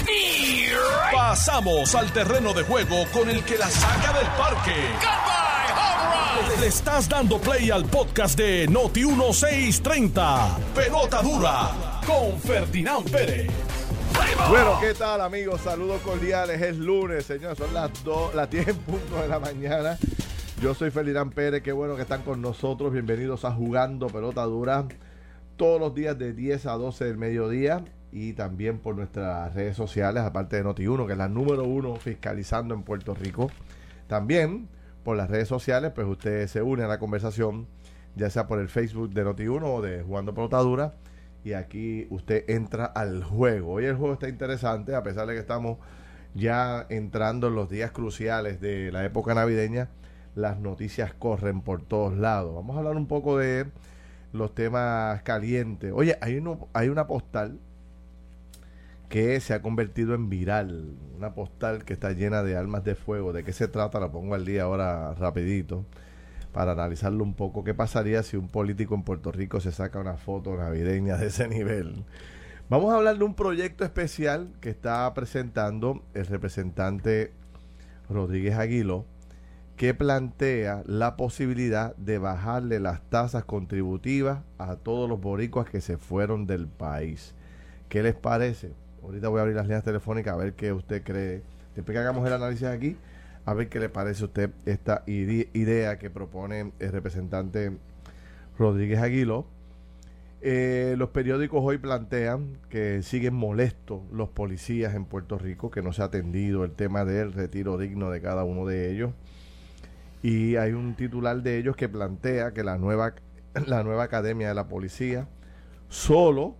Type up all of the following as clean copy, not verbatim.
Pasamos al terreno de juego con el que la saca del parque. Le estás dando play al podcast de Noti 1630. Pelota dura con Ferdinand Pérez. Bueno, ¿qué tal, amigos? Saludos cordiales. Es lunes, señores. Son las 10 en punto de la mañana. Yo soy Ferdinand Pérez. Qué bueno que están con nosotros. Bienvenidos a Jugando Pelota Dura. Todos los días de 10 a 12 del mediodía. Y también por nuestras redes sociales, aparte de Noti1, que es la número 1 fiscalizando en Puerto Rico. También por las redes sociales, pues usted se une a la conversación, ya sea por el Facebook de Noti1 o de Jugando Pelota Dura. Y aquí usted entra al juego. Hoy el juego está interesante, a pesar de que estamos ya entrando en los días cruciales de la época navideña. Las noticias corren por todos lados. Vamos a hablar un poco de los temas calientes. Oye, hay una postal que se ha convertido en viral. Una postal que está llena de armas de fuego. ¿De qué se trata? La pongo al día ahora rapidito para analizarlo un poco. ¿Qué pasaría si un político en Puerto Rico se saca una foto navideña de ese nivel? Vamos a hablar de un proyecto especial que está presentando el representante Rodríguez Aguiló, que plantea la posibilidad de bajarle las tasas contributivas a todos los boricuas que se fueron del país. ¿Qué les parece? Ahorita voy a abrir las líneas telefónicas a ver qué usted cree. Después que hagamos el análisis aquí, a ver qué le parece a usted esta idea que propone el representante Rodríguez Aguiló. Los periódicos hoy plantean que siguen molestos los policías en Puerto Rico, que no se ha atendido el tema del retiro digno de cada uno de ellos. Y hay un titular de ellos que plantea que la nueva academia de la policía solo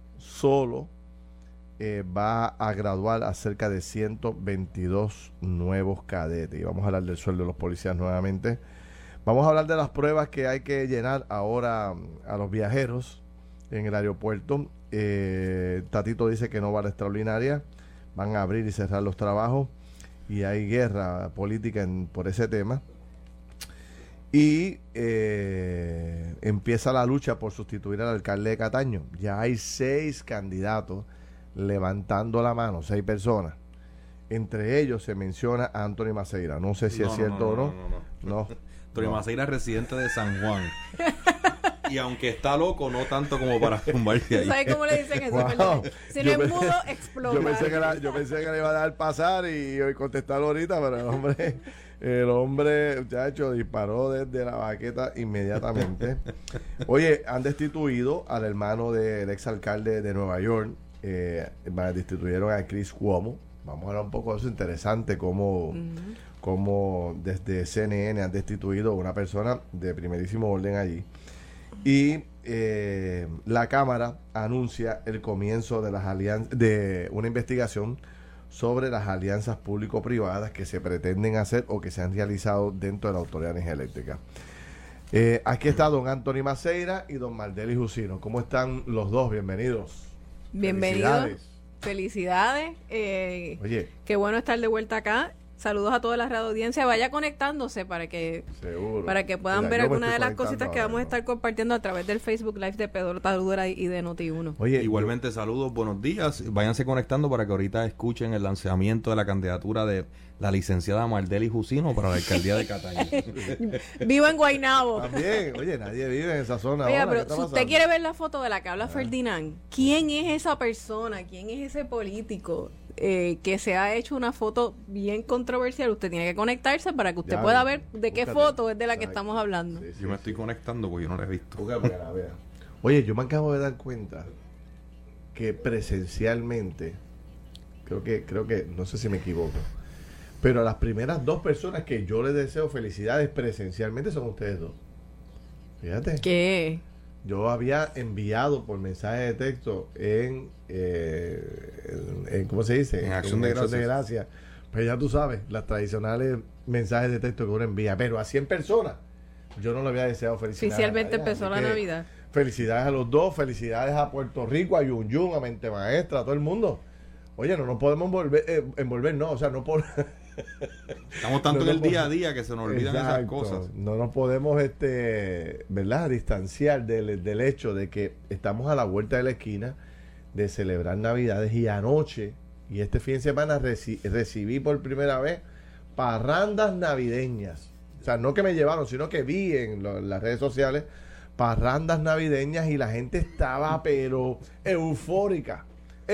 va a graduar a cerca de 122 nuevos cadetes. Y vamos a hablar del sueldo de los policías nuevamente. Vamos a hablar de las pruebas que hay que llenar ahora a los viajeros en el aeropuerto. Tatito dice que no va a la extraordinaria. Van a abrir y cerrar los trabajos. Y hay guerra política por ese tema. Y empieza la lucha por sustituir al alcalde de Cataño. Ya hay 6 candidatos levantando la mano, 6 personas. Entre ellos se menciona a Anthony Maceira. No sé si es cierto o no. No. Anthony Maceira es residente de San Juan. Y aunque está loco, no tanto como para tumbarse ahí. ¿Sabes cómo le dicen eso? Wow. Si no es mudo, explota. Yo pensé que le iba a dar pasar y contestarlo ahorita, pero el hombre, muchacho, disparó desde la baqueta inmediatamente. Oye, han destituido al hermano del exalcalde de Nueva York. Destituyeron a Chris Cuomo. Vamos a hablar un poco de eso. Interesante cómo desde CNN han destituido a una persona de primerísimo orden allí. Y la Cámara anuncia el comienzo de una investigación sobre las alianzas público-privadas que se pretenden hacer o que se han realizado dentro de la Autoridad de Energía Eléctrica. Aquí está don Anthony Maceira y don Mardelis Jusino. ¿Cómo están los dos? Bienvenidos. Bienvenidos. Felicidades. Oye, qué bueno estar de vuelta acá. Saludos a toda la radio audiencia. Vaya conectándose para que puedan ver algunas de las cositas que vamos a estar compartiendo a través del Facebook Live de Pelota Dura y de Noti1. Oye, igualmente saludos, buenos días. Váyanse conectando para que ahorita escuchen el lanzamiento de la candidatura de la licenciada Mardelis Jusino para la alcaldía de Cataño. Vivo en Guaynabo. También, oye, nadie vive en esa zona. Oye, ahora. pero si usted quiere ver la foto de la que habla Ferdinand, ¿quién es esa persona? ¿Quién es ese político que se ha hecho una foto bien controversial? Usted tiene que conectarse para que usted pueda ver de qué foto es de la que estamos hablando. Sí, yo me estoy conectando porque yo no la he visto. Oye, yo me acabo de dar cuenta que presencialmente, creo que no sé si me equivoco, pero a las primeras 2 personas que yo les deseo felicidades presencialmente son ustedes 2. Fíjate. ¿Qué? Yo había enviado por mensaje de texto en ¿cómo se dice? En Acción de Gracias. Pues ya tú sabes, las tradicionales mensajes de texto que uno envía, pero a 100 personas yo no le había deseado felicidades. Oficialmente empezó la Navidad. Felicidades a los dos, felicidades a Puerto Rico, a Yun Yun, a Mente Maestra, a todo el mundo. Oye, no nos podemos envolver, no, o sea, no por... Estamos tanto en el día a día que se nos olvidan esas cosas. No nos podemos, ¿verdad?, distanciar del hecho de que estamos a la vuelta de la esquina de celebrar Navidades, y anoche Y este fin de semana recibí por primera vez parrandas navideñas. O sea, no que me llevaron, sino que vi en las redes sociales parrandas navideñas y la gente estaba pero eufórica.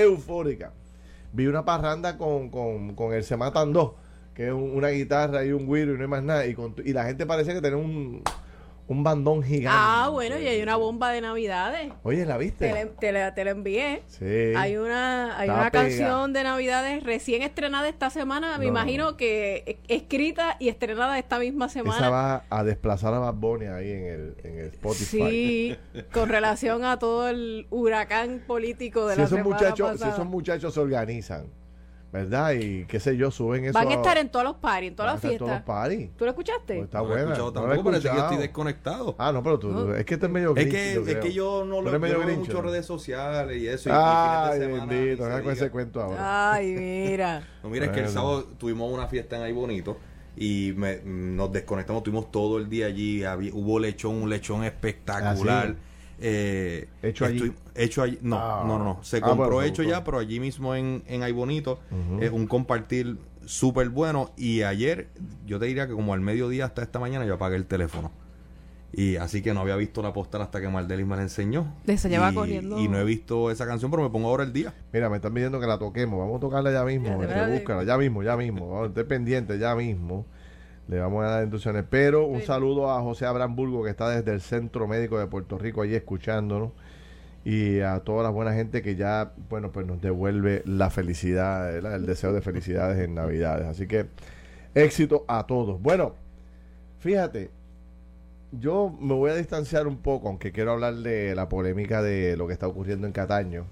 Vi una parranda con el Se Matan Dos, que es una guitarra y un güiro y no hay más nada, y la gente parecía que tenía un bandón gigante. Bueno, y hay una bomba de Navidades. Oye, ¿la viste? Te la envié. Sí. Hay una canción de Navidades recién estrenada esta semana, me imagino que escrita y estrenada esta misma semana. Esa va a desplazar a Bad Bunny ahí en el Spotify. Sí, con relación a todo el huracán político de la semana pasada. Si esos muchachos se organizan, ¿verdad? Y qué sé yo, suben eso. Van a estar en todos los parties, en todas las fiestas. En todos los parties. ¿Tú lo escuchaste? Pues está No lo he buena. escuchado No lo he tampoco, parece que escuchado. estoy desconectado. No, pero tú, es que estás medio Es grinch, que yo no Tú eres medio veo grinch, mucho ¿no? redes sociales y eso. Ay, y fines de semana, bendito, ni deja se con ese diga. cuento ahora. Ay, mira. No, mira, es que el Bueno. sábado tuvimos una fiesta en Ay Bonito y nos desconectamos, tuvimos todo el día allí, hubo un lechón espectacular. ¿Hecho allí? Hecho allí. No. Se compró hecho ya, pero allí mismo en Ay Bonito, un compartir súper bueno. Y ayer, yo te diría que como al mediodía hasta esta mañana yo apagué el teléfono. Y así que no había visto la postal hasta que Mardelis me la enseñó. Se lleva corriendo. Y no he visto esa canción, pero me pongo ahora el día. Mira, me están pidiendo que la toquemos. Vamos a tocarla ya mismo. Búscala, ya mismo. Vamos, esté pendiente, ya mismo. Le vamos a dar instrucciones. Pero un saludo a José Abraham Burgo, que está desde el Centro Médico de Puerto Rico allí escuchándonos. Y a toda la buena gente que ya, bueno, pues nos devuelve la felicidad, ¿verdad? El deseo de felicidades en Navidades. Así que éxito a todos. Bueno, fíjate, yo me voy a distanciar un poco, aunque quiero hablar de la polémica de lo que está ocurriendo en Cataño.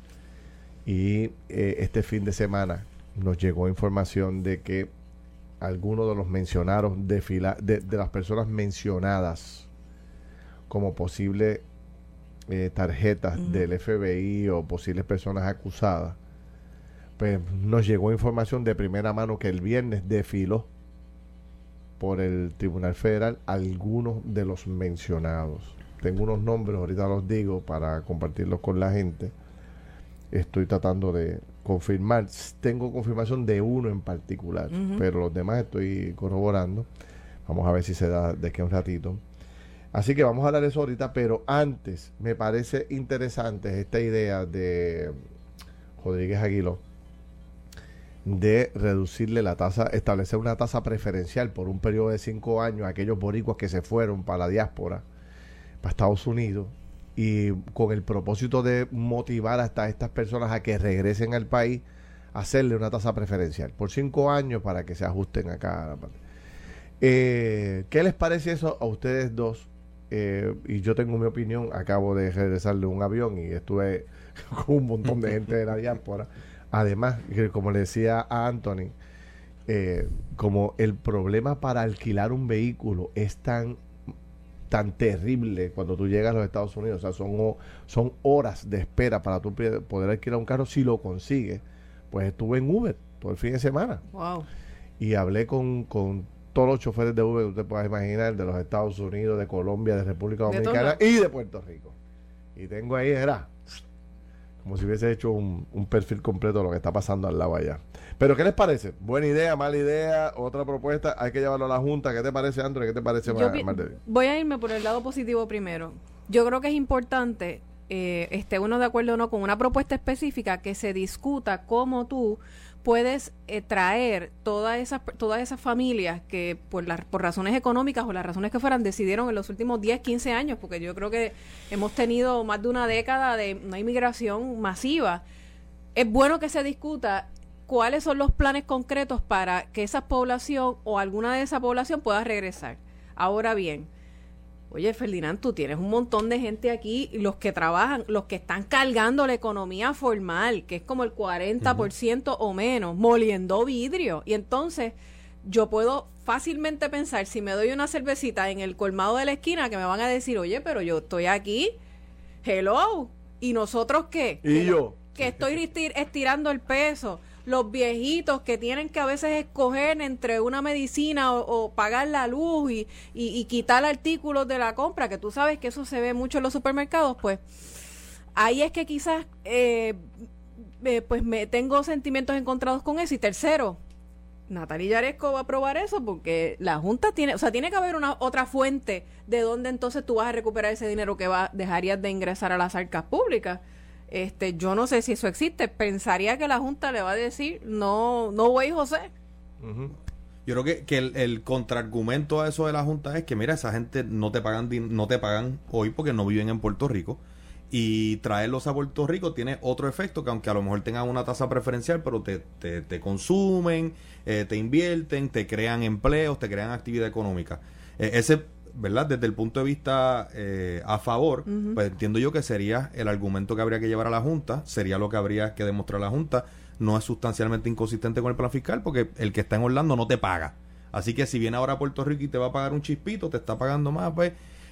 Y este fin de semana nos llegó información de que algunos de los mencionados de las personas mencionadas como posibles tarjetas del FBI o posibles personas acusadas, pues nos llegó información de primera mano que el viernes desfiló por el Tribunal Federal algunos de los mencionados. Tengo unos nombres, ahorita los digo para compartirlos con la gente. Estoy tratando de confirmar. Tengo confirmación de uno en particular, pero los demás estoy corroborando. Vamos a ver si se da de aquí a un ratito. Así que vamos a hablar de eso ahorita, pero antes me parece interesante esta idea de Rodríguez Aguiló de reducirle la tasa, establecer una tasa preferencial por un periodo de 5 años a aquellos boricuas que se fueron para la diáspora, para Estados Unidos, y con el propósito de motivar hasta estas personas a que regresen al país, hacerle una tasa preferencial por 5 años para que se ajusten acá. ¿Qué les parece eso a ustedes dos? Y yo tengo mi opinión. Acabo de regresar de un avión y estuve con un montón de gente de la diáspora. Además, como le decía a Anthony, como el problema para alquilar un vehículo es tan terrible cuando tú llegas a los Estados Unidos, o sea, son horas de espera para tú poder alquilar un carro. Si lo consigues, pues estuve en Uber todo el fin de semana. Wow. Y hablé con todos los choferes de Uber que usted pueda imaginar, de los Estados Unidos, de Colombia, de República Dominicana y de Puerto Rico. Y tengo ahí, como si hubiese hecho un perfil completo de lo que está pasando al lado allá. Pero ¿qué les parece? ¿Buena idea, mala idea, otra propuesta? Hay que llevarlo a la Junta. ¿Qué te parece, André? ¿Qué te parece, Mardelis? Voy a irme por el lado positivo primero. Yo creo que es importante, esté uno de acuerdo o no, con una propuesta específica que se discuta cómo tú puedes traer todas esas familias que por razones económicas o las razones que fueran decidieron en los últimos 10, 15 años, porque yo creo que hemos tenido más de una década de una inmigración masiva. Es bueno que se discuta cuáles son los planes concretos para que esa población o alguna de esa población pueda regresar. Ahora bien, oye, Ferdinand, tú tienes un montón de gente aquí, los que trabajan, los que están cargando la economía formal, que es como el 40% o menos, moliendo vidrio. Y entonces yo puedo fácilmente pensar, si me doy una cervecita en el colmado de la esquina, que me van a decir, oye, pero yo estoy aquí, hello, ¿y nosotros qué? ¿Y yo? Que estoy estirando el peso. Los viejitos que tienen que a veces escoger entre una medicina o pagar la luz y quitar artículos de la compra, que tú sabes que eso se ve mucho en los supermercados, pues ahí es que quizás pues tengo sentimientos encontrados con eso. Y tercero, Natalia Yaresco va a aprobar eso porque la Junta tiene que haber otra fuente de donde entonces tú vas a recuperar ese dinero que dejarías de ingresar a las arcas públicas. Yo no sé si eso existe. Pensaría que la Junta le va a decir, no voy, José. Uh-huh. Yo creo que el contraargumento a eso de la Junta es que, mira, esa gente no te pagan hoy porque no viven en Puerto Rico. Y traerlos a Puerto Rico tiene otro efecto, que aunque a lo mejor tengan una tasa preferencial, pero te consumen, te invierten, te crean empleos, te crean actividad económica. Ese, ¿verdad? Desde el punto de vista a favor, uh-huh, pues entiendo yo que sería el argumento que habría que llevar a la Junta, sería lo que habría que demostrar a la Junta. No es sustancialmente inconsistente con el plan fiscal porque el que está en Orlando no te paga. Así que si viene ahora a Puerto Rico y te va a pagar un chispito, te está pagando más, pues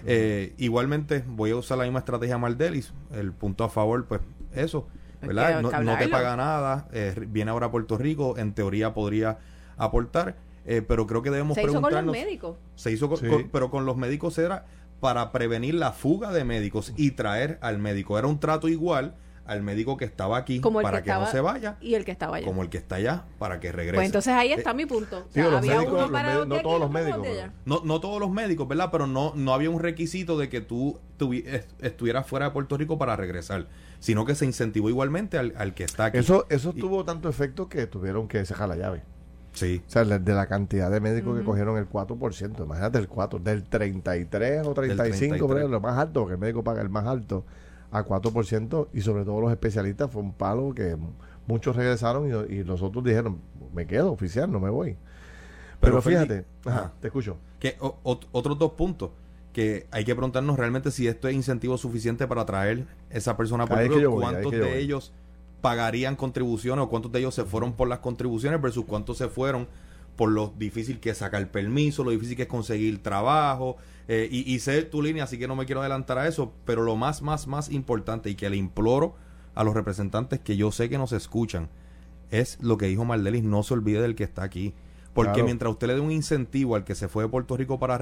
igualmente voy a usar la misma estrategia Mardelis. El punto a favor, pues eso, ¿verdad? No te paga nada, viene ahora a Puerto Rico, en teoría podría aportar, pero creo que debemos preguntarnos. Se hizo con los médicos. Se hizo pero con los médicos era para prevenir la fuga de médicos y traer al médico. Era un trato igual al médico que estaba aquí para que no se vaya, y el que estaba allá, como el que está allá para que regrese. Pues entonces ahí está mi punto. Había uno para no todos los médicos, no todos los médicos, ¿verdad? Pero no había un requisito de que tú estuvieras fuera de Puerto Rico para regresar, sino que se incentivó igualmente al que está aquí. Eso tuvo tanto efecto que tuvieron que cejar la llave. Sí. O sea, de la cantidad de médicos que cogieron el 4%, imagínate el 4, del 33 o 35, pero lo más alto, porque el médico paga el más alto, a 4%, y sobre todo los especialistas, fue un palo que muchos regresaron y los otros dijeron, me quedo oficial, no me voy. Pero fíjate, te escucho. Que otros dos puntos, que hay que preguntarnos realmente si esto es incentivo suficiente para traer esa persona a Puerto Rico, cuántos de ellos pagarían contribuciones o cuántos de ellos se fueron por las contribuciones versus cuántos se fueron por lo difícil que es sacar permiso, lo difícil que es conseguir trabajo, y sé tu línea, así que no me quiero adelantar a eso, pero lo más importante, y que le imploro a los representantes que yo sé que nos escuchan, es lo que dijo Mardelis, no se olvide del que está aquí, porque mientras usted le dé un incentivo al que se fue de Puerto Rico para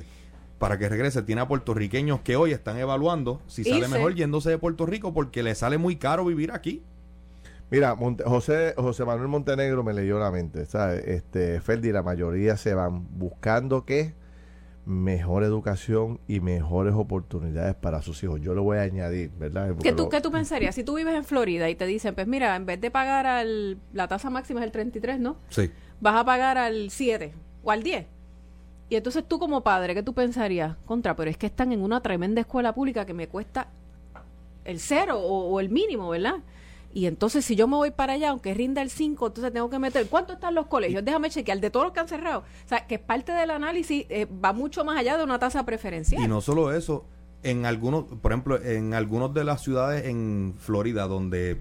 que regrese, tiene a puertorriqueños que hoy están evaluando si sale mejor yéndose de Puerto Rico porque le sale muy caro vivir aquí. Mira, José Manuel Montenegro me leyó la mente, ¿sabes? Ferdi, la mayoría se van buscando ¿qué? Mejor educación y mejores oportunidades para sus hijos. Yo le voy a añadir, ¿verdad? ¿Qué tú pensarías? Si tú vives en Florida y te dicen, pues mira, en vez de pagar la tasa máxima es el 33, ¿no? Sí. Vas a pagar al 7 o al 10. Y entonces tú como padre, ¿qué tú pensarías? Pero es que están en una tremenda escuela pública que me cuesta el 0 o el mínimo, ¿verdad? Y entonces si yo me voy para allá, aunque rinda el 5, entonces tengo que meter, ¿cuánto están los colegios? Déjame chequear, de todos los que han cerrado. O sea, que parte del análisis va mucho más allá de una tasa preferencial. Y no solo eso, en algunos, por ejemplo, en algunas de las ciudades en Florida donde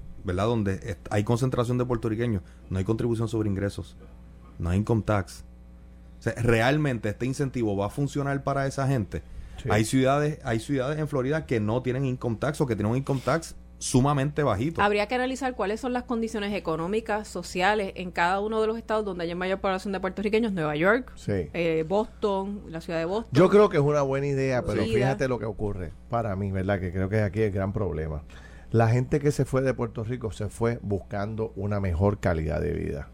hay concentración de puertorriqueños, no hay contribución sobre ingresos, no hay income tax. O sea, realmente este incentivo va a funcionar para esa gente. Sí. Hay ciudades en Florida que no tienen income tax o que tienen un income tax sumamente bajito. Habría que analizar cuáles son las condiciones económicas, sociales en cada uno de los estados donde hay mayor población de puertorriqueños. Nueva York, Boston, la ciudad de Boston. Yo creo que es una buena idea, pero fíjate lo que ocurre para mí, ¿verdad? Que creo que aquí es el gran problema. La gente que se fue de Puerto Rico se fue buscando una mejor calidad de vida.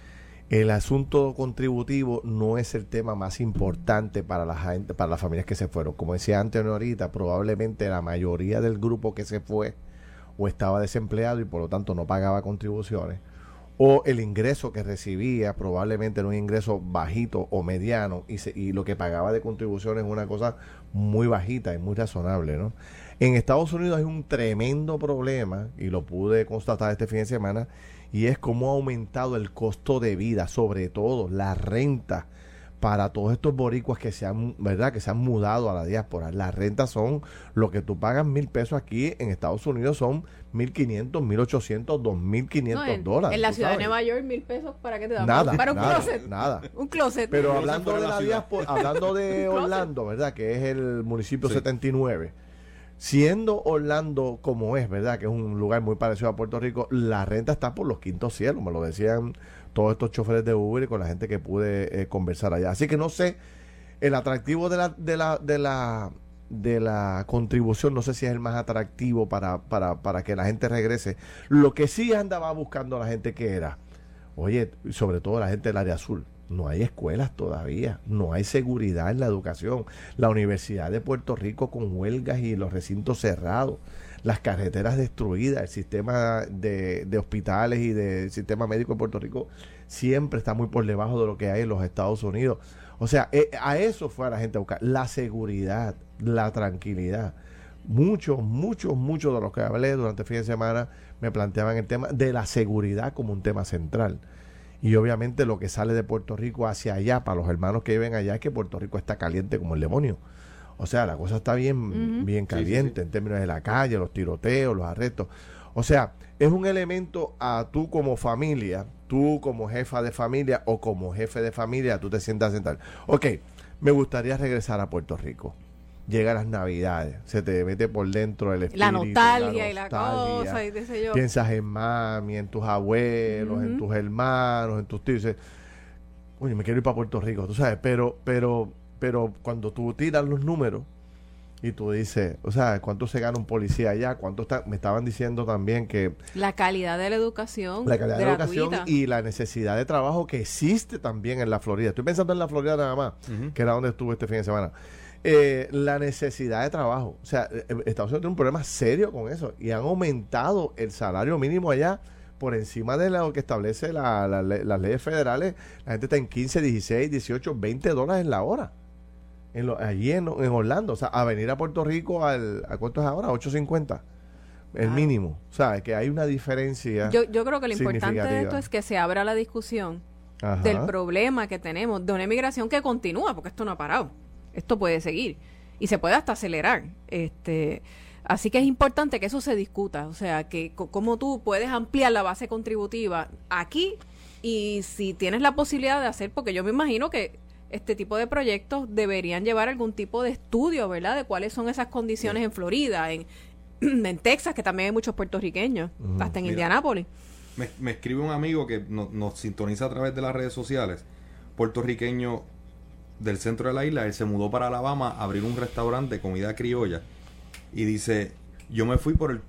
El asunto contributivo no es el tema más importante para la gente, para las familias que se fueron. Como decía Antonio ahorita, probablemente la mayoría del grupo que se fue o estaba desempleado y por lo tanto no pagaba contribuciones, o el ingreso que recibía probablemente era un ingreso bajito o mediano y lo que pagaba de contribuciones es una cosa muy bajita y muy razonable, ¿no? En Estados Unidos hay un tremendo problema, y lo pude constatar este fin de semana, y es cómo ha aumentado el costo de vida, sobre todo la renta para todos estos boricuas que se han mudado a la diáspora. Las rentas son lo que tú pagas $1,000 aquí, en Estados Unidos son $1,500, $1,800, $2,500. En la ciudad de Nueva York, $1,000 ¿para qué te dan? Nada, para un closet. Nada. Un closet. Pero hablando de la diáspora, hablando de Orlando, ¿verdad? Que es el municipio 79. Siendo Orlando como es, ¿verdad? Que es un lugar muy parecido a Puerto Rico, la renta está por los quintos cielos, me lo decían todos estos choferes de Uber y con la gente que pude conversar allá. Así que no sé, el atractivo de de la contribución no sé si es el más atractivo para que la gente regrese. Lo que sí andaba buscando la gente que era, oye, sobre todo la gente del área azul, no hay escuelas todavía, no hay seguridad en la educación, la Universidad de Puerto Rico con huelgas y los recintos cerrados, las carreteras destruidas, el sistema de hospitales y del sistema médico de Puerto Rico siempre está muy por debajo de lo que hay en los Estados Unidos. O sea, a eso fue a la gente a buscar, la seguridad, la tranquilidad. Muchos de los que hablé durante el fin de semana me planteaban el tema de la seguridad como un tema central. Y obviamente lo que sale de Puerto Rico hacia allá, para los hermanos que viven allá, es que Puerto Rico está caliente como el demonio. O sea, la cosa está bien caliente en términos de la calle, los tiroteos, los arrestos. O sea, es un elemento a tú como familia, tú como jefa de familia o como jefe de familia, tú te sientas a sentar. Ok, me gustaría regresar a Puerto Rico. Llega las Navidades, se te mete por dentro el espíritu, la nostalgia y la cosa, y qué sé yo. Piensas en mami, en tus abuelos, en tus hermanos, en tus tíos. Dices, oye, me quiero ir para Puerto Rico, tú sabes, pero cuando tú tiras los números y tú dices, o sea, ¿cuánto se gana un policía allá? ¿Cuánto está? Me estaban diciendo también que la calidad de la educación, y la necesidad de trabajo que existe también en la Florida. Estoy pensando en la Florida nada más, que era donde estuve este fin de semana. La necesidad de trabajo. O sea, Estados Unidos tiene un problema serio con eso y han aumentado el salario mínimo allá por encima de lo que establece las leyes federales. La gente está en 15, 16, 18, $20 la hora. Allí en Orlando. O sea, a venir a Puerto Rico ¿a cuánto es ahora? $8.50. El mínimo. O sea, es que hay una diferencia. Yo creo que lo importante de esto es que se abra la discusión del problema que tenemos de una inmigración que continúa, porque esto no ha parado. Esto puede seguir y se puede hasta acelerar. Así que es importante que eso se discuta, o sea, que cómo tú puedes ampliar la base contributiva aquí y si tienes la posibilidad de hacer, porque yo me imagino que este tipo de proyectos deberían llevar algún tipo de estudio, ¿verdad? De cuáles son esas condiciones en Florida, en Texas, que también hay muchos puertorriqueños, hasta en Indianápolis. Me escribe un amigo que nos sintoniza a través de las redes sociales, puertorriqueño del centro de la isla. Él se mudó para Alabama a abrir un restaurante de comida criolla y dice, yo me fui por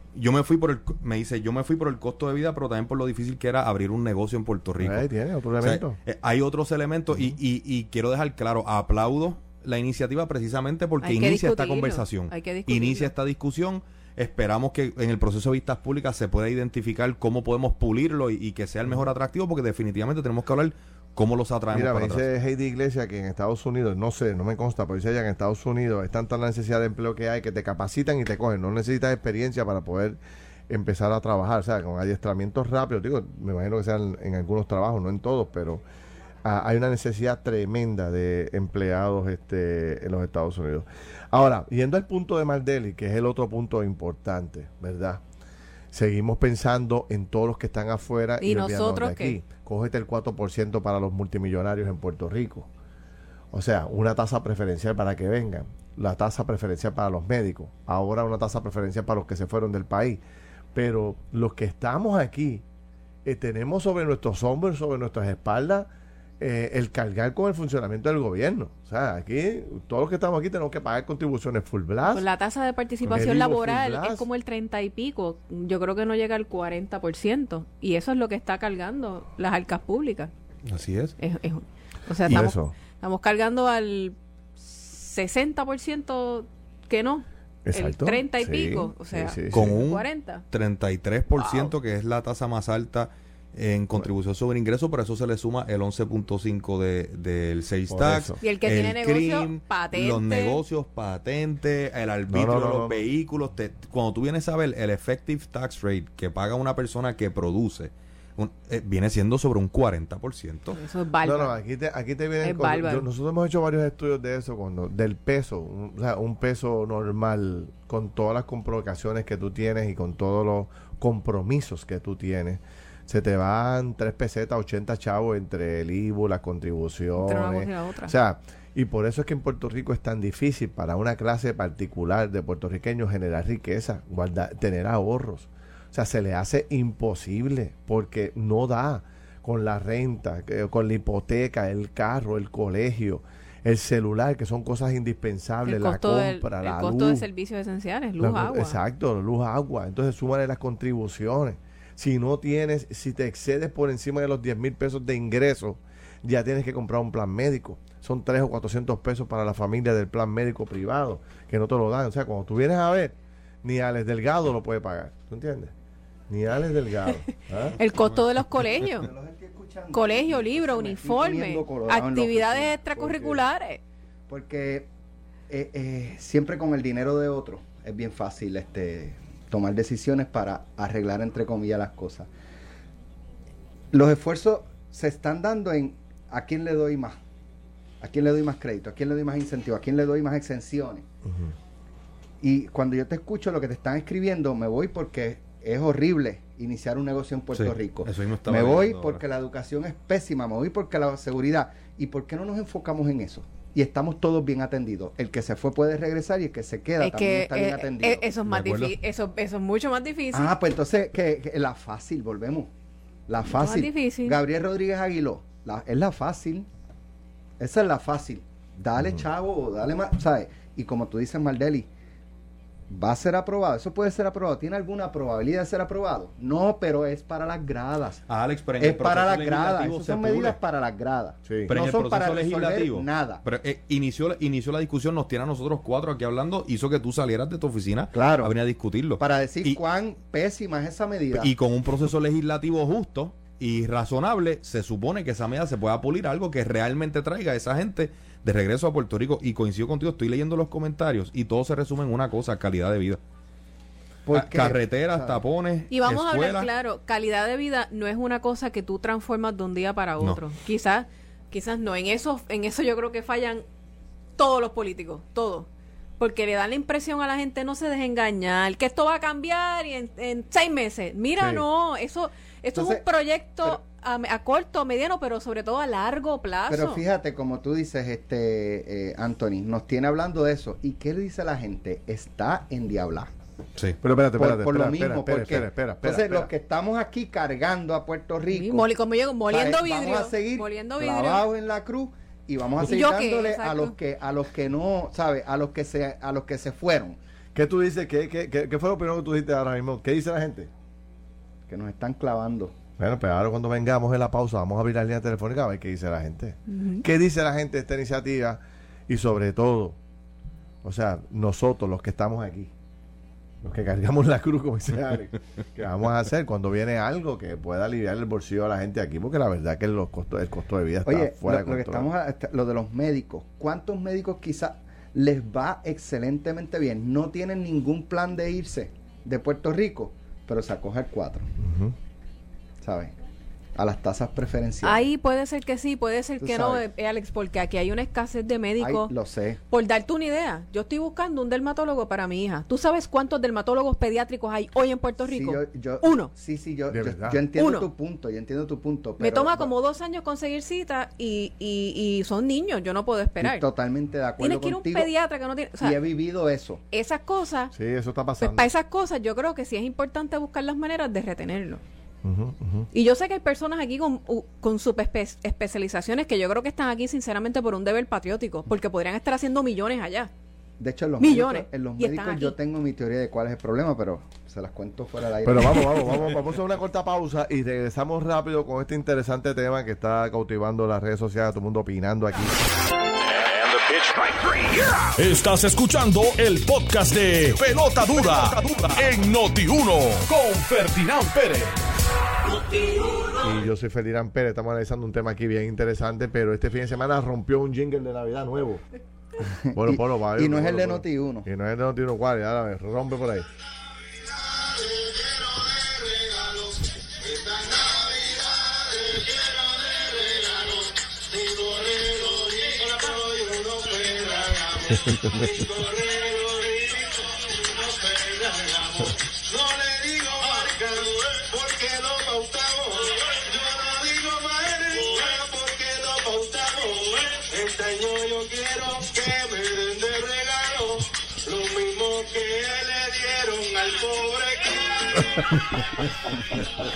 el costo de vida, pero también por lo difícil que era abrir un negocio en Puerto Rico. Tiene otro elemento. O sea, hay otros elementos y quiero dejar claro, aplaudo la iniciativa precisamente porque inicia esta conversación, inicia esta discusión. Esperamos que en el proceso de vistas públicas se pueda identificar cómo podemos pulirlo y que sea el mejor atractivo, porque definitivamente tenemos que hablar cómo los atraemos. Mira, me dice Heidi Iglesias que en Estados Unidos, no sé, no me consta, pero dice ella que en Estados Unidos es tanta la necesidad de empleo que hay que te capacitan y te cogen. No necesitas experiencia para poder empezar a trabajar, o sea, con adiestramientos rápidos. Digo, me imagino que sean en algunos trabajos, no en todos, pero hay una necesidad tremenda de empleados en los Estados Unidos. Ahora, yendo al punto de Mardeli, que es el otro punto importante, ¿verdad? Seguimos pensando en todos los que están afuera y nosotros de aquí. Cógete el 4% para los multimillonarios en Puerto Rico. O sea, una tasa preferencial para que vengan. La tasa preferencial para los médicos. Ahora una tasa preferencial para los que se fueron del país. Pero los que estamos aquí, tenemos sobre nuestros hombros, sobre nuestras espaldas, el cargar con el funcionamiento del gobierno. O sea, aquí, todos los que estamos aquí tenemos que pagar contribuciones full blast. Pues la tasa de participación laboral es como el 30 y pico. Yo creo que no llega al 40%. Y eso es lo que está cargando las arcas públicas. Así es. O sea, estamos cargando al 60% que no. Exacto. El 30 y pico. O sea, con un 40. 33%, que es la tasa más alta en contribución sobre ingreso, por eso se le suma el 11.5 del sales tax. Y el que tiene negocio, patente. Los negocios, patentes, el arbitrio de los vehículos. Cuando tú vienes a ver el effective tax rate que paga una persona que produce, viene siendo sobre un 40%. Eso es bárbaro. No, aquí te vienen nosotros hemos hecho varios estudios de eso, del peso, un peso normal, con todas las comprobaciones que tú tienes y con todos los compromisos que tú tienes. Se te van 3 pesetas, 80 chavos entre el IVU, las contribuciones. Entre una cosa y la otra. O sea, y por eso es que en Puerto Rico es tan difícil para una clase particular de puertorriqueños generar riqueza, tener ahorros. O sea, se le hace imposible porque no da con la renta, con la hipoteca, el carro, el colegio, el celular, que son cosas indispensables, la compra, la luz. El costo de servicios esenciales, luz, agua. Exacto, luz, agua. Entonces, súmale las contribuciones. Si te excedes por encima de los 10,000 pesos de ingreso, ya tienes que comprar un plan médico. Son 300 o 400 pesos para la familia del plan médico privado, que no te lo dan. O sea, cuando tú vienes a ver, ni Alex Delgado lo puede pagar. ¿Tú entiendes? Ni Alex Delgado. El costo de los colegios. Colegio, libro, uniforme, actividades extracurriculares. Porque siempre con el dinero de otro es bien fácil tomar decisiones para arreglar, entre comillas, las cosas. Los esfuerzos se están dando en a quién le doy más, a quién le doy más crédito, a quién le doy más incentivo, a quién le doy más exenciones. Y cuando yo te escucho lo que te están escribiendo, me voy porque es horrible iniciar un negocio en Puerto Rico. Me voy porque la educación es pésima, me voy porque la seguridad. ¿Y por qué no nos enfocamos en eso? Y estamos todos bien atendidos. El que se fue puede regresar y el que se queda también está bien atendido. Eso es más difícil. Eso es mucho más difícil. Pues entonces, que la fácil, volvemos. La fácil. Más difícil. Gabriel Rodríguez Aguiló, es la fácil. Esa es la fácil. Dale, chavo, dale más, ¿sabes? Y como tú dices, Mardeli, ¿va a ser aprobado? ¿Eso puede ser aprobado? ¿Tiene alguna probabilidad de ser aprobado? No, pero es para las gradas. Alex, pero es para las gradas. Esas son medidas para las gradas. Sí. Pero no en son el para proceso legislativo nada. Pero inició la discusión, nos tiene a nosotros 4 aquí hablando, hizo que tú salieras de tu oficina a venir a discutirlo. Para decir cuán pésima es esa medida. Y con un proceso legislativo justo y razonable, se supone que esa medida se pueda pulir, algo que realmente traiga a esa gente de regreso a Puerto Rico. Y coincido contigo, estoy leyendo los comentarios y todo se resume en una cosa: calidad de vida. Carreteras, tapones, y vamos escuelas. a hablar claro, calidad de vida no es una cosa que tú transformas de un día para otro. No. Quizás no. En eso yo creo que fallan todos los políticos, todos. Porque le dan la impresión a la gente, no se deje engañar, que esto va a cambiar y en 6 meses. Mira, no, eso entonces, es un proyecto a corto, mediano, pero sobre todo a largo plazo. Pero fíjate, como tú dices, Anthony, nos tiene hablando de eso. ¿Y qué le dice la gente? Está endiablada. Sí. Pero espérate. Por lo mismo, porque entonces los que estamos aquí cargando a Puerto Rico, sí, moliendo vidrio, vamos a seguir clavados en la cruz y vamos a seguir dándole a los que no, ¿sabes? A los que se fueron. ¿Qué tú dices? ¿Qué fue lo primero que tú dijiste ahora mismo? ¿Qué dice la gente? Que nos están clavando. Bueno, pero ahora cuando vengamos en la pausa vamos a abrir la línea telefónica a ver qué dice la gente. ¿Qué dice la gente de esta iniciativa? Y sobre todo, o sea, nosotros los que estamos aquí, los que cargamos la cruz, como dice Alex, ¿qué vamos a hacer cuando viene algo que pueda aliviar el bolsillo a la gente aquí? Porque la verdad que el costo de vida está fuera de control. Lo de los médicos, ¿cuántos médicos quizás les va excelentemente bien? No tienen ningún plan de irse de Puerto Rico, pero se acoge al 4. ¿Sabes? A las tasas preferenciales. Ahí puede ser que sí, puede ser que no, Alex, porque aquí hay una escasez de médicos. Lo sé. Por darte una idea, yo estoy buscando un dermatólogo para mi hija. ¿Tú sabes cuántos dermatólogos pediátricos hay hoy en Puerto Rico? Uno. Yo entiendo tu punto, pero me toma como 2 años conseguir cita y son niños, yo no puedo esperar. Totalmente de acuerdo contigo. Tienes que ir a un pediatra que no tiene... O sea, y he vivido eso. Esas cosas... Sí, eso está pasando. Pues para esas cosas yo creo que sí es importante buscar las maneras de retenerlo. Y yo sé que hay personas aquí con subespecializaciones que yo creo que están aquí sinceramente por un deber patriótico, porque podrían estar haciendo millones allá. De hecho, en los médicos yo tengo mi teoría de cuál es el problema, pero se las cuento fuera del aire. Pero vamos a una corta pausa y regresamos rápido con este interesante tema que está cautivando las redes sociales, todo el mundo opinando aquí. Estás escuchando el podcast de Pelota Dura en Noti1 con Ferdinand Pérez. Y yo soy Ferdinand Pérez, estamos analizando un tema aquí bien interesante, pero este fin de semana rompió un jingle de Navidad nuevo. Y no es el de Noti1. Y no es el de Noti1, ¿cuál? Ahora rompe por ahí. No le digo marca porque lo pautamos. Yo no digo marca porque lo pautamos. Este año yo quiero que me den de regalo lo mismo que le dieron al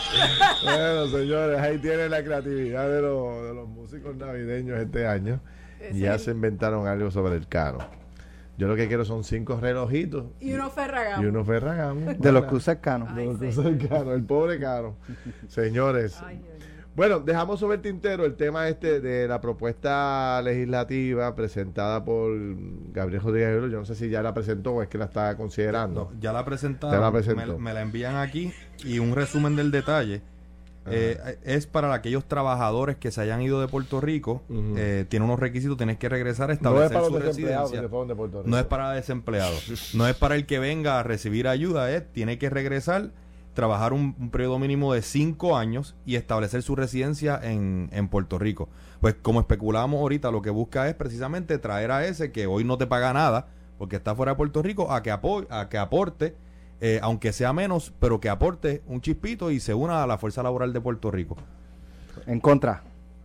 pobre. Bueno, señores, ahí tienen la creatividad de los músicos navideños este año. Ya se inventaron algo sobre el caro. Yo lo que quiero son 5 relojitos. Y uno Ferragamo. Y uno Ferragamo. De los cruces canos. De los cruces caros, el pobre caro. Señores. Ay, Dios mío. Bueno, dejamos sobre el tintero el tema de la propuesta legislativa presentada por Gabriel Rodríguez. Yo no sé si ya la presentó o es que la está considerando. No, ya la presentaron. Ya la presentó. Me la envían aquí y un resumen del detalle. Es para aquellos trabajadores que se hayan ido de Puerto Rico. Tiene unos requisitos, tienes que regresar a establecer su residencia. No es para desempleados. No es para el que venga a recibir ayuda. Tiene que regresar, trabajar un periodo mínimo de 5 años y establecer su residencia en Puerto Rico. Pues como especulamos ahorita, lo que busca es precisamente traer a ese que hoy no te paga nada porque está fuera de Puerto Rico a que aporte, aunque sea menos, pero que aporte un chispito y se una a la fuerza laboral de Puerto Rico. En contra.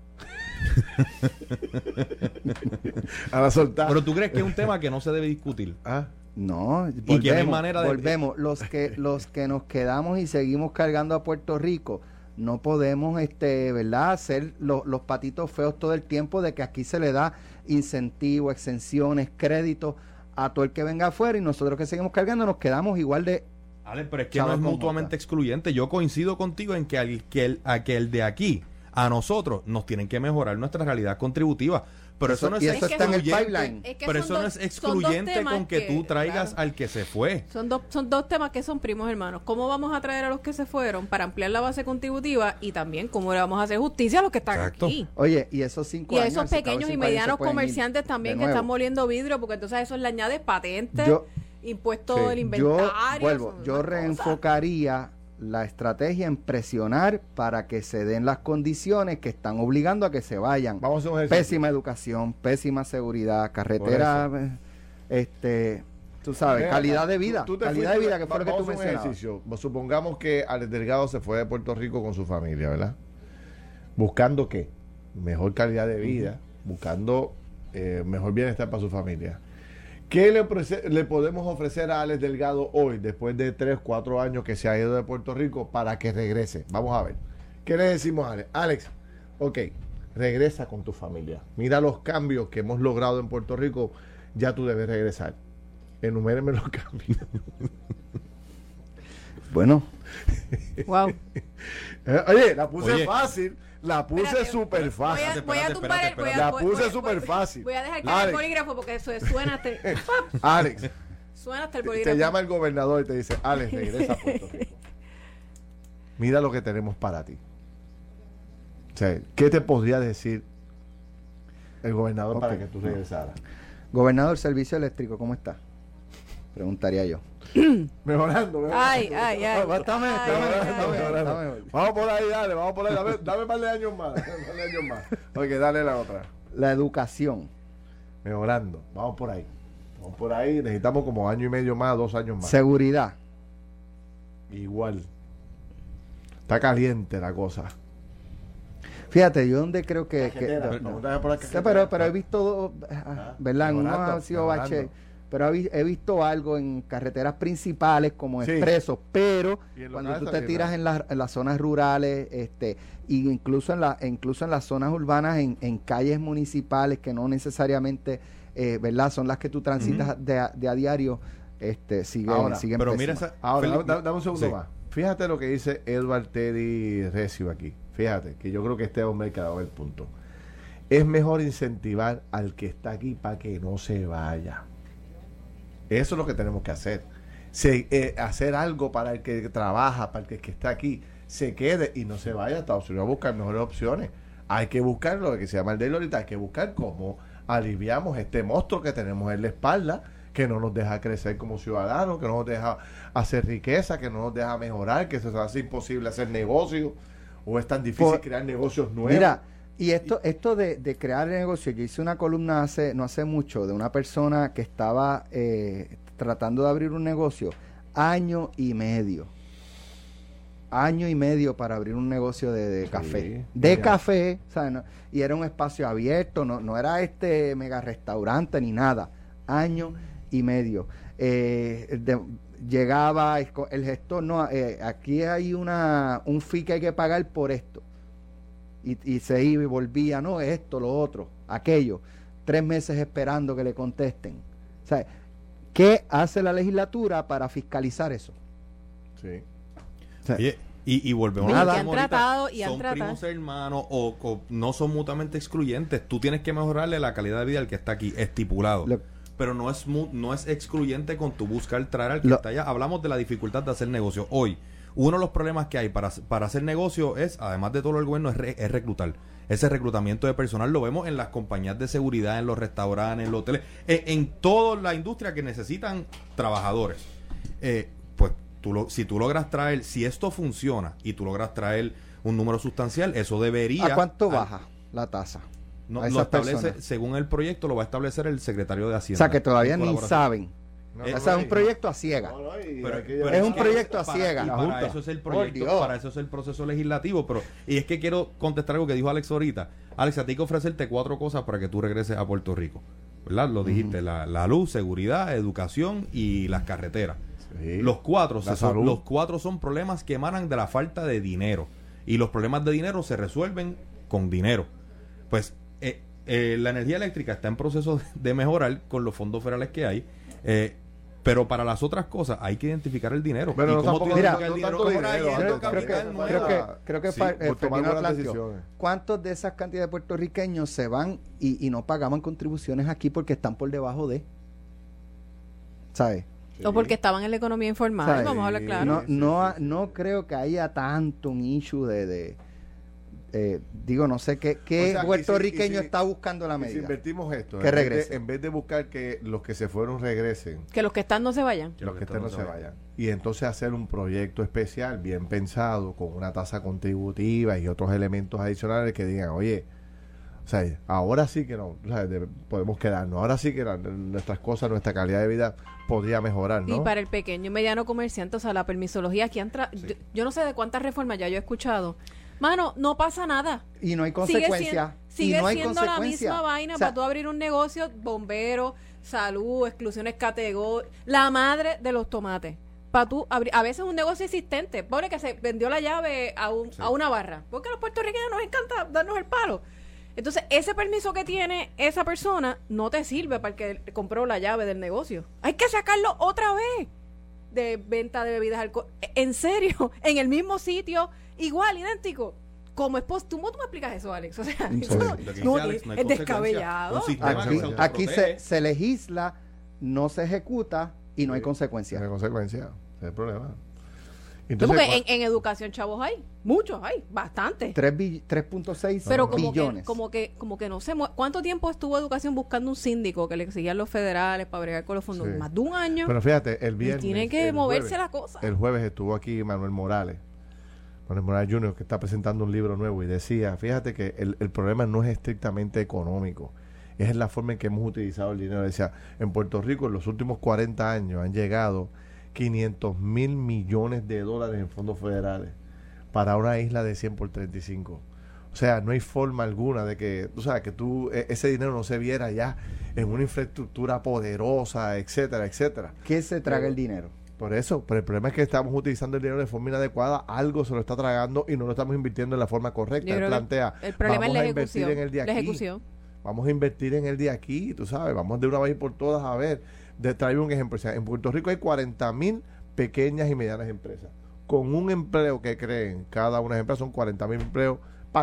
A la soltar. Pero tú crees que es un tema que no se debe discutir. No, y que no hay manera de... volvemos. Los que nos quedamos y seguimos cargando a Puerto Rico, no podemos, ¿verdad?, hacer los patitos feos todo el tiempo de que aquí se le da incentivos, exenciones, créditos a todo el que venga afuera y nosotros que seguimos cargando nos quedamos igual de... Ale, pero es que no es mutuamente excluyente. Yo coincido contigo en que el de aquí, a nosotros, nos tienen que mejorar nuestra realidad contributiva. Pero eso no es está en el pipeline. Pero eso no es excluyente con que tú traigas al que se fue. Son dos temas que son primos hermanos. ¿Cómo vamos a traer a los que se fueron para ampliar la base contributiva? Y también cómo le vamos a hacer justicia a los que están aquí. Oye, y esos 5 y años... Y esos pequeños y medianos comerciantes también que están moliendo vidrio, porque entonces a eso le añades patentes, impuestos del inventario. Yo reenfocaría la estrategia en presionar para que se den las condiciones que están obligando a que se vayan. Vamos a hacer un ejercicio. Pésima educación, pésima seguridad, carretera, tú sabes, calidad de vida. Calidad de vida, que fue lo que tú mencionabas. Ejercicio. Supongamos que Alex Delgado se fue de Puerto Rico con su familia, ¿verdad? ¿Buscando qué? Mejor calidad de vida, buscando mejor bienestar para su familia. ¿Qué le podemos ofrecer a Alex Delgado hoy, después de 3, 4 años que se ha ido de Puerto Rico, para que regrese? Vamos a ver. ¿Qué le decimos a Alex? Alex, ok, regresa con tu familia. Mira los cambios que hemos logrado en Puerto Rico, ya tú debes regresar. Enuméreme los cambios. Bueno. Wow. Oye, la puse fácil. La puse súper fácil. La puse súper fácil. Voy a dejar que el bolígrafo porque eso suena hasta... Alex. Suena hasta el bolígrafo. Te llama el gobernador y te dice, Alex, regresa a Puerto Rico. Mira lo que tenemos para ti. O sea, ¿qué te podría decir el gobernador para que tú regresaras? Gobernador, servicio eléctrico, ¿cómo está? Preguntaría yo. Mejorando. Ay. Está mejor. Vamos por ahí, dale, vamos por ahí. Dame un par de años más. Ok, dale la otra. La educación. Mejorando. Vamos por ahí. Necesitamos como 1 año y medio más, 2 años más. Seguridad. Igual. Está caliente la cosa. Fíjate, yo donde creo que... pero he visto, ¿verdad? No ha sido bache. Pero he visto algo en carreteras principales como expresos, pero cuando tú te tiras en las zonas rurales, incluso en las zonas urbanas, en calles municipales que no necesariamente, ¿verdad?, son las que tú transitas de a diario, siguen pero pésimas. mira ahora, dame un segundo más. Fíjate lo que dice Edward Teddy Recio aquí. Fíjate, que yo creo que este hombre que ha dado el punto. Es mejor incentivar al que está aquí para que no se vaya. Eso es lo que tenemos que hacer. Hacer algo para el que trabaja, para el que está aquí, se quede y no se vaya a Estados Unidos a buscar mejores opciones. Hay que buscar lo que se llama el de ahorita, hay que buscar cómo aliviamos este monstruo que tenemos en la espalda, que no nos deja crecer como ciudadanos, que no nos deja hacer riqueza, que no nos deja mejorar, que se hace imposible hacer negocios, o es tan difícil crear negocios nuevos. Mira, y esto de crear negocios, yo hice una columna no hace mucho de una persona que estaba tratando de abrir un negocio, 1 año y medio. 1 año y medio para abrir un negocio de café. Café, ¿sabes? No, y era un espacio abierto, no era mega restaurante ni nada. 1 año y medio. Llegaba el gestor, aquí hay un fee que hay que pagar por esto. Y se iba y volvía, esto, lo otro, aquello. 3 meses esperando que le contesten. O sea, ¿qué hace la legislatura para fiscalizar eso? Sí. O sea, Oye, y volvemos Nada. a Y han tratado, y han son tratado. primos hermanos o no son mutuamente excluyentes. Tú tienes que mejorarle la calidad de vida al que está aquí, estipulado. Pero no es excluyente con tu buscar traer al que está allá. Hablamos de la dificultad de hacer negocio. Hoy, uno de los problemas que hay para hacer negocio es, además de todo el gobierno, es reclutar. Ese reclutamiento de personal lo vemos en las compañías de seguridad, en los restaurantes, en los hoteles, en toda la industria que necesitan trabajadores. Pues si tú logras traer, si esto funciona y tú logras traer un número sustancial, eso debería... ¿A cuánto baja la tasa? No, a lo esas establece, personas. según el proyecto, lo va a establecer el secretario de O Hacienda. sea, que todavía en ni colaboración. saben. No, Ese es un proyecto a ciega. Es un proyecto a ciega. Y para eso es el proyecto, para eso es el proceso legislativo. Y es que quiero contestar algo que dijo Alex ahorita. Alex, a ti hay que ofrecerte 4 cosas para que tú regreses a Puerto Rico, ¿verdad? Lo dijiste, la luz, seguridad, educación y las carreteras. Sí. Los 4 son problemas que emanan de la falta de dinero. Y los problemas de dinero se resuelven con dinero. Pues la energía eléctrica está en proceso de mejorar con los fondos federales que hay. Pero para las otras cosas hay que identificar el dinero. Pero ¿Y no cómo tampoco- tú identificas no el dinero? tanto Ahora dinero, yendo Aldo, capital nuevo. Creo que Sí, por tomar Ferdinand buenas planteó, decisiones. ¿cuántos de esas cantidades de puertorriqueños se van y no pagaban contribuciones aquí porque están por debajo de? ¿Sabes? O porque estaban en la economía informal, ¿Sabes? vamos a hablar claro. No creo que haya tanto un issue no sé qué O sea, puertorriqueño y si- está buscando la Y si medida. invertimos esto, Que regrese. en vez de buscar que los que se fueron regresen, Que los que están no se vayan. los que estén no se vayan. Y entonces hacer un proyecto especial, bien pensado, con una tasa contributiva y otros elementos adicionales que digan, oye, o sea, ahora sí que no, o sea, podemos quedarnos, ahora sí que nuestras cosas, nuestra calidad de vida podría mejorar, ¿no? Y para el pequeño y mediano comerciante, o sea, la permisología aquí yo no sé de cuántas reformas ya yo he escuchado. Mano, no pasa nada. Y no hay consecuencia. Sigue y no hay siendo la consecuencia. misma vaina O sea, para tú abrir un negocio, bomberos, salud, exclusiones categóricas, la madre de los tomates. Para tú abrir, a veces un negocio existente, pobre que se vendió la llave a una barra, porque a los puertorriqueños nos encanta darnos el palo. Entonces, ese permiso que tiene esa persona no te sirve para el que compró la llave del negocio. Hay que sacarlo otra vez de venta de bebidas alcohólicas. En serio, en el mismo sitio, igual, idéntico. ¿Cómo me explicas eso, Alex? O sea, eso Lo que dice Alex, no hay es consecuencia. descabellado. Un sistema que se Aquí autoprotege. se legisla, no se ejecuta y no hay Sí. consecuencias. Hay consecuencias, ese es el problema. Sí, Entonces, porque en educación, chavos, hay muchos, hay bastantes. 3.6 Pero billones. como que no sé ¿cuánto tiempo estuvo educación buscando un síndico que le exigían los federales para bregar con los fondos? Sí. Más de un año. pero fíjate, el Y viernes, tiene que el moverse jueves, la cosa. El jueves estuvo aquí Manuel Morales Jr., que está presentando un libro nuevo y decía, fíjate que el problema no es estrictamente económico, es en la forma en que hemos utilizado el dinero. Decía, en Puerto Rico en los últimos 40 años han llegado 500,000 millones de dólares en fondos federales para una isla de 100 por 35. O sea, no hay forma alguna de que, ese dinero no se viera ya en una infraestructura poderosa, etcétera, etcétera. ¿Qué se traga el dinero? Por eso, pero el problema es que estamos utilizando el dinero de forma inadecuada, algo se lo está tragando y no lo estamos invirtiendo en la forma correcta. Yo Él creo que plantea, el problema es vamos la a invertir ejecución. en el de La aquí. ejecución. Vamos a invertir en el de aquí, tú sabes, vamos de una vez por todas a ver. Traigo un ejemplo, o sea, en Puerto Rico hay 40,000 pequeñas y medianas empresas. Con un empleo que creen cada una de las empresas, son 40,000 empleos,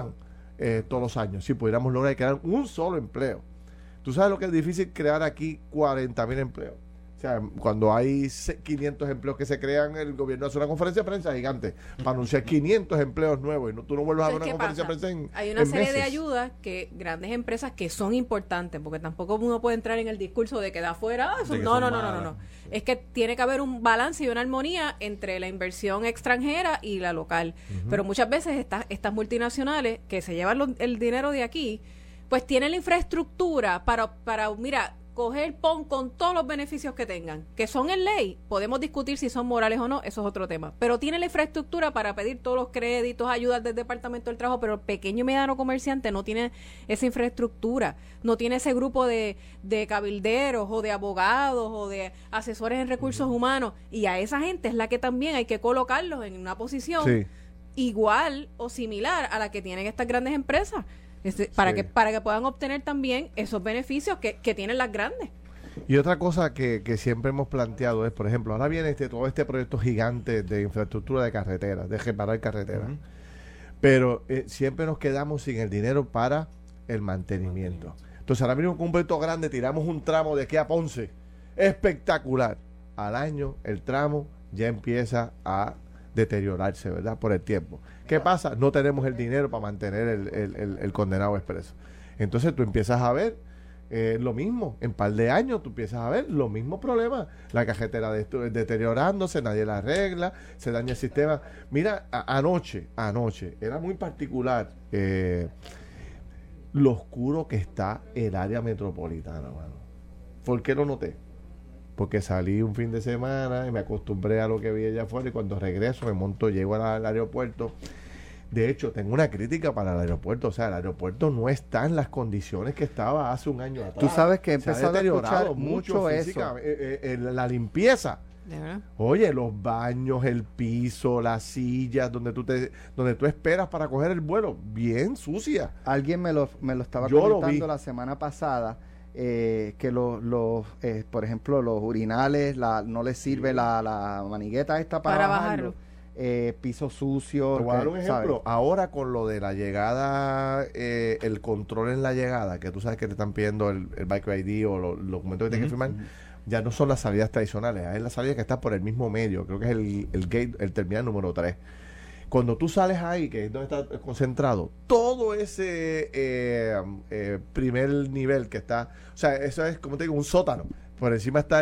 todos los años. Si pudiéramos lograr crear un solo empleo. Tú sabes lo que es difícil crear aquí 40,000 empleos. O sea, cuando hay 500 empleos que se crean, el gobierno hace una conferencia de prensa gigante para anunciar 500 empleos nuevos y tú no vuelves a ver una Entonces, ¿qué conferencia pasa? de prensa Hay una en serie de meses. ayudas que grandes empresas que son importantes, porque tampoco uno puede entrar en el discurso de que da afuera, eso, De que no, son no, no, no, malas. no. Es que tiene que haber un balance y una armonía entre la inversión extranjera y la local. Pero muchas veces estas multinacionales que se llevan el dinero de aquí, pues tienen la infraestructura para mira, coger PON con todos los beneficios que tengan, que son en ley. Podemos discutir si son morales o no, eso es otro tema. Pero tiene la infraestructura para pedir todos los créditos, ayudas del Departamento del Trabajo, pero el pequeño y mediano comerciante no tiene esa infraestructura, no tiene ese grupo de cabilderos o de abogados o de asesores en recursos humanos, y a esa gente es la que también hay que colocarlos en una posición Sí. igual o similar a la que tienen estas grandes empresas. para que puedan obtener también esos beneficios que tienen las grandes. Y otra cosa que siempre hemos planteado es, por ejemplo, ahora viene todo este proyecto gigante de infraestructura de carreteras, de reparar carreteras. Pero siempre nos quedamos sin el dinero para el mantenimiento. Entonces ahora mismo con un proyecto grande tiramos un tramo de aquí a Ponce. Espectacular. Al año el tramo ya empieza a deteriorarse, ¿verdad? Por el tiempo. ¿Qué pasa? No tenemos el dinero para mantener el condenado expreso. Entonces tú empiezas a ver lo mismo, en par de años tú empiezas a ver los mismos problemas, la carretera deteriorándose, nadie la arregla, se daña el sistema. Mira, anoche era muy particular lo oscuro que está el área metropolitana, mano. ¿Por qué lo noté? Porque salí un fin de semana y me acostumbré a lo que vi allá afuera, y cuando regreso me monto, llego al aeropuerto. De hecho, tengo una crítica para el aeropuerto. O sea, el aeropuerto no está en las condiciones que estaba hace un año atrás. Tú sabes que he empezado a escuchar mucho eso. La limpieza. Oye, los baños, el piso, las sillas, donde tú esperas para coger el vuelo, bien sucia. Alguien me lo estaba comentando la semana pasada, que por ejemplo, los urinales, no les sirve la manigueta esta para bajarlo. Piso sucio. Te voy a dar un ejemplo. ¿Sabes? Ahora con lo de la llegada, el control en la llegada, que tú sabes que te están pidiendo el Bike ID o los documentos que tienes que firmar, ya no son las salidas tradicionales, es la salida que está por el mismo medio, creo que es el gate, el terminal número 3. Cuando tú sales ahí, que es donde está concentrado, todo ese primer nivel que está, o sea, eso es, como te digo, un sótano. Por encima está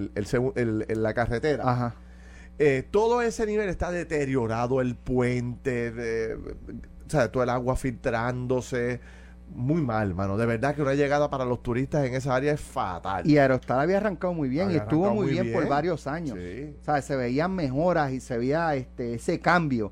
la carretera. Ajá. Todo ese nivel está deteriorado, el puente, o sea, todo el agua filtrándose, muy mal, mano. De verdad que una llegada para los turistas en esa área es fatal. Y Aerostar había arrancado muy bien, y estuvo muy bien por varios años. Sí. O sea, se veían mejoras y se veía ese cambio.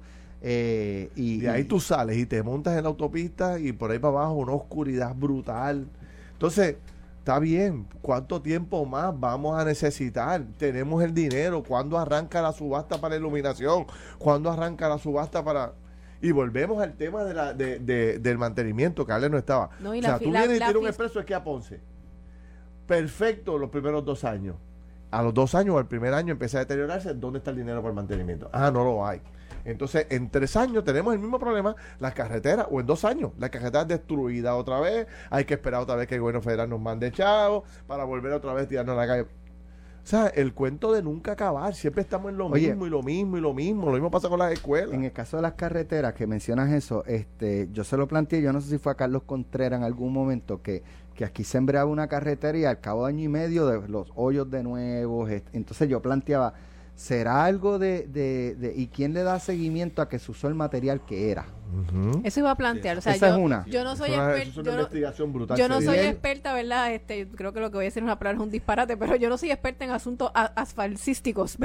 Y de ahí tú sales y te montas en la autopista y por ahí para abajo una oscuridad brutal. Entonces, está bien, ¿cuánto tiempo más vamos a necesitar? Tenemos el dinero. ¿Cuándo arranca la subasta para iluminación? ¿Cuándo arranca la subasta para...? Y volvemos al tema del mantenimiento, que Ale no estaba. No, tú vienes y tienes un expreso aquí a Ponce. Perfecto los primeros 2 años. A los 2 años o el primer año empieza a deteriorarse. ¿Dónde está el dinero para el mantenimiento? No lo hay. Entonces, en 3 años tenemos el mismo problema, las carreteras, o en 2 años, las carreteras destruidas otra vez, hay que esperar otra vez que el gobierno federal nos mande chavos para volver otra vez a tirarnos a la calle. O sea, el cuento de nunca acabar, siempre estamos en lo mismo y lo mismo pasa con las escuelas. En el caso de las carreteras, que mencionas eso, yo se lo planteé, yo no sé si fue a Carlos Contreras en algún momento, que aquí se embreaba una carretera y al cabo de año y medio de los hoyos de nuevo, entonces yo planteaba, ¿será algo y quién le da seguimiento a que se usó el material que era? Eso iba a plantear, o sea, esa es una. Yo no soy investigación brutal. Yo no soy experta, ¿verdad? Creo que lo que voy a decir es un disparate, pero yo no soy experta en asuntos asfaltísticos,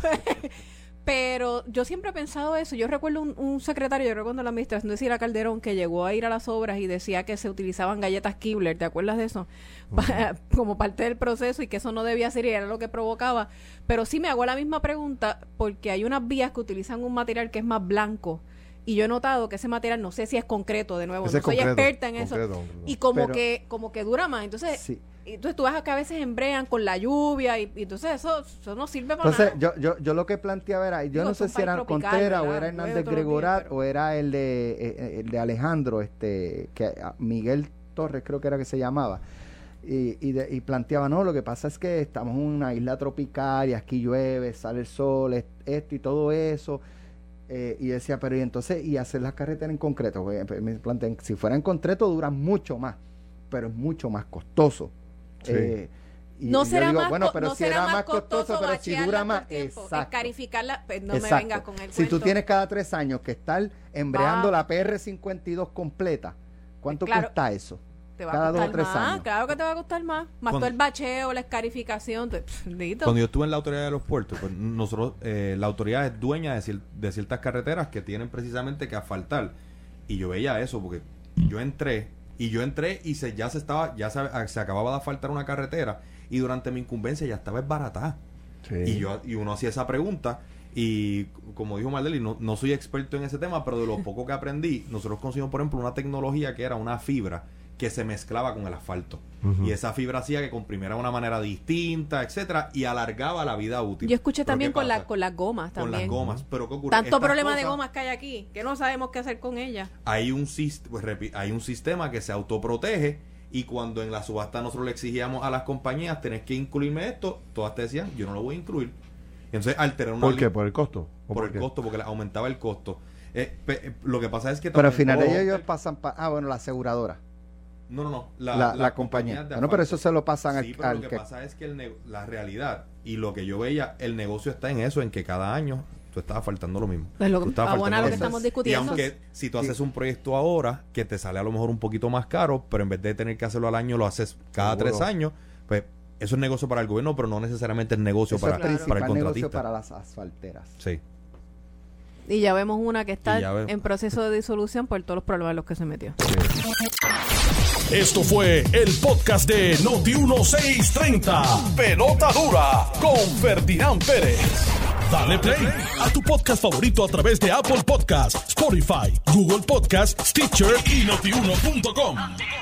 pero yo siempre he pensado eso. Yo recuerdo un secretario, yo recuerdo la administración de Cira Calderón, que llegó a ir a las obras y decía que se utilizaban galletas Kibler, ¿te acuerdas de eso? Como parte del proceso, y que eso no debía ser y era lo que provocaba. Pero sí me hago la misma pregunta, porque hay unas vías que utilizan un material que es más blanco, y yo he notado que ese material, no sé si es concreto, de nuevo, no soy experta en eso, y como que dura más. Entonces, sí. Entonces tú vas que a veces embrean con la lluvia y entonces eso no sirve para nada. Entonces yo lo que planteaba era, yo no sé si era Contreras o era Hernández Gregorat o era el de Alejandro, que Miguel Torres creo que era que se llamaba, y planteaba, no, lo que pasa es que estamos en una isla tropical y aquí llueve, sale el sol, esto y todo eso. Y decía, pero y entonces, y hacer las carreteras en concreto, me plantean, si fuera en concreto duran mucho más, pero es mucho más costoso. Sí. No será más costoso, pero si dura más, escarificarla, no me vengas con el si cuento. Tú tienes cada 3 años que estar embreando la PR52 completa, ¿cuánto cuesta eso? Te va a costar más, claro que te va a costar más todo el bacheo, la escarificación. Cuando yo estuve en la autoridad de los puertos, pues nosotros, la autoridad es dueña de ciertas carreteras que tienen precisamente que asfaltar, y yo veía eso porque yo entré y se acababa de asfaltar una carretera y durante mi incumbencia ya estaba esbaratada. Sí. Y uno hacía esa pregunta Y como dijo Marlely, no soy experto en ese tema, pero de lo poco que aprendí, nosotros conseguimos, por ejemplo, una tecnología que era una fibra que se mezclaba con el asfalto. Y esa fibra hacía que comprimiera de una manera distinta, etcétera, y alargaba la vida útil. Yo escuché también con las gomas también. Con las gomas, pero ¿qué ocurre? Tanto problema de gomas que hay aquí, que no sabemos qué hacer con ellas. Hay un sistema que se autoprotege, y cuando en la subasta nosotros le exigíamos a las compañías, tenés que incluirme esto, todas te decían, yo no lo voy a incluir. Entonces, al tener una... ¿Por qué? ¿Por el costo? Por el costo, porque aumentaba el costo. Lo que pasa es que... Pero al final ellos pasan... la aseguradora. No. La compañía. Bueno, pero eso se lo pasan sí, pero lo que pasa es que la realidad y lo que yo veía, el negocio está en eso, en que cada año tú estabas faltando lo mismo. Pues lo que estamos discutiendo. Y aunque si tú haces un proyecto ahora, que te sale a lo mejor un poquito más caro, pero en vez de tener que hacerlo al año, lo haces cada 3 años, pues eso es negocio para el gobierno, pero no necesariamente es negocio para el contratista. Negocio para las asfalteras. Sí. Y ya vemos una que está en proceso de disolución por todos los problemas en los que se metió. Sí. Esto fue el podcast de Noti1630. Pelota dura con Ferdinand Pérez. Dale play a tu podcast favorito a través de Apple Podcasts, Spotify, Google Podcasts, Stitcher y Notiuno.com.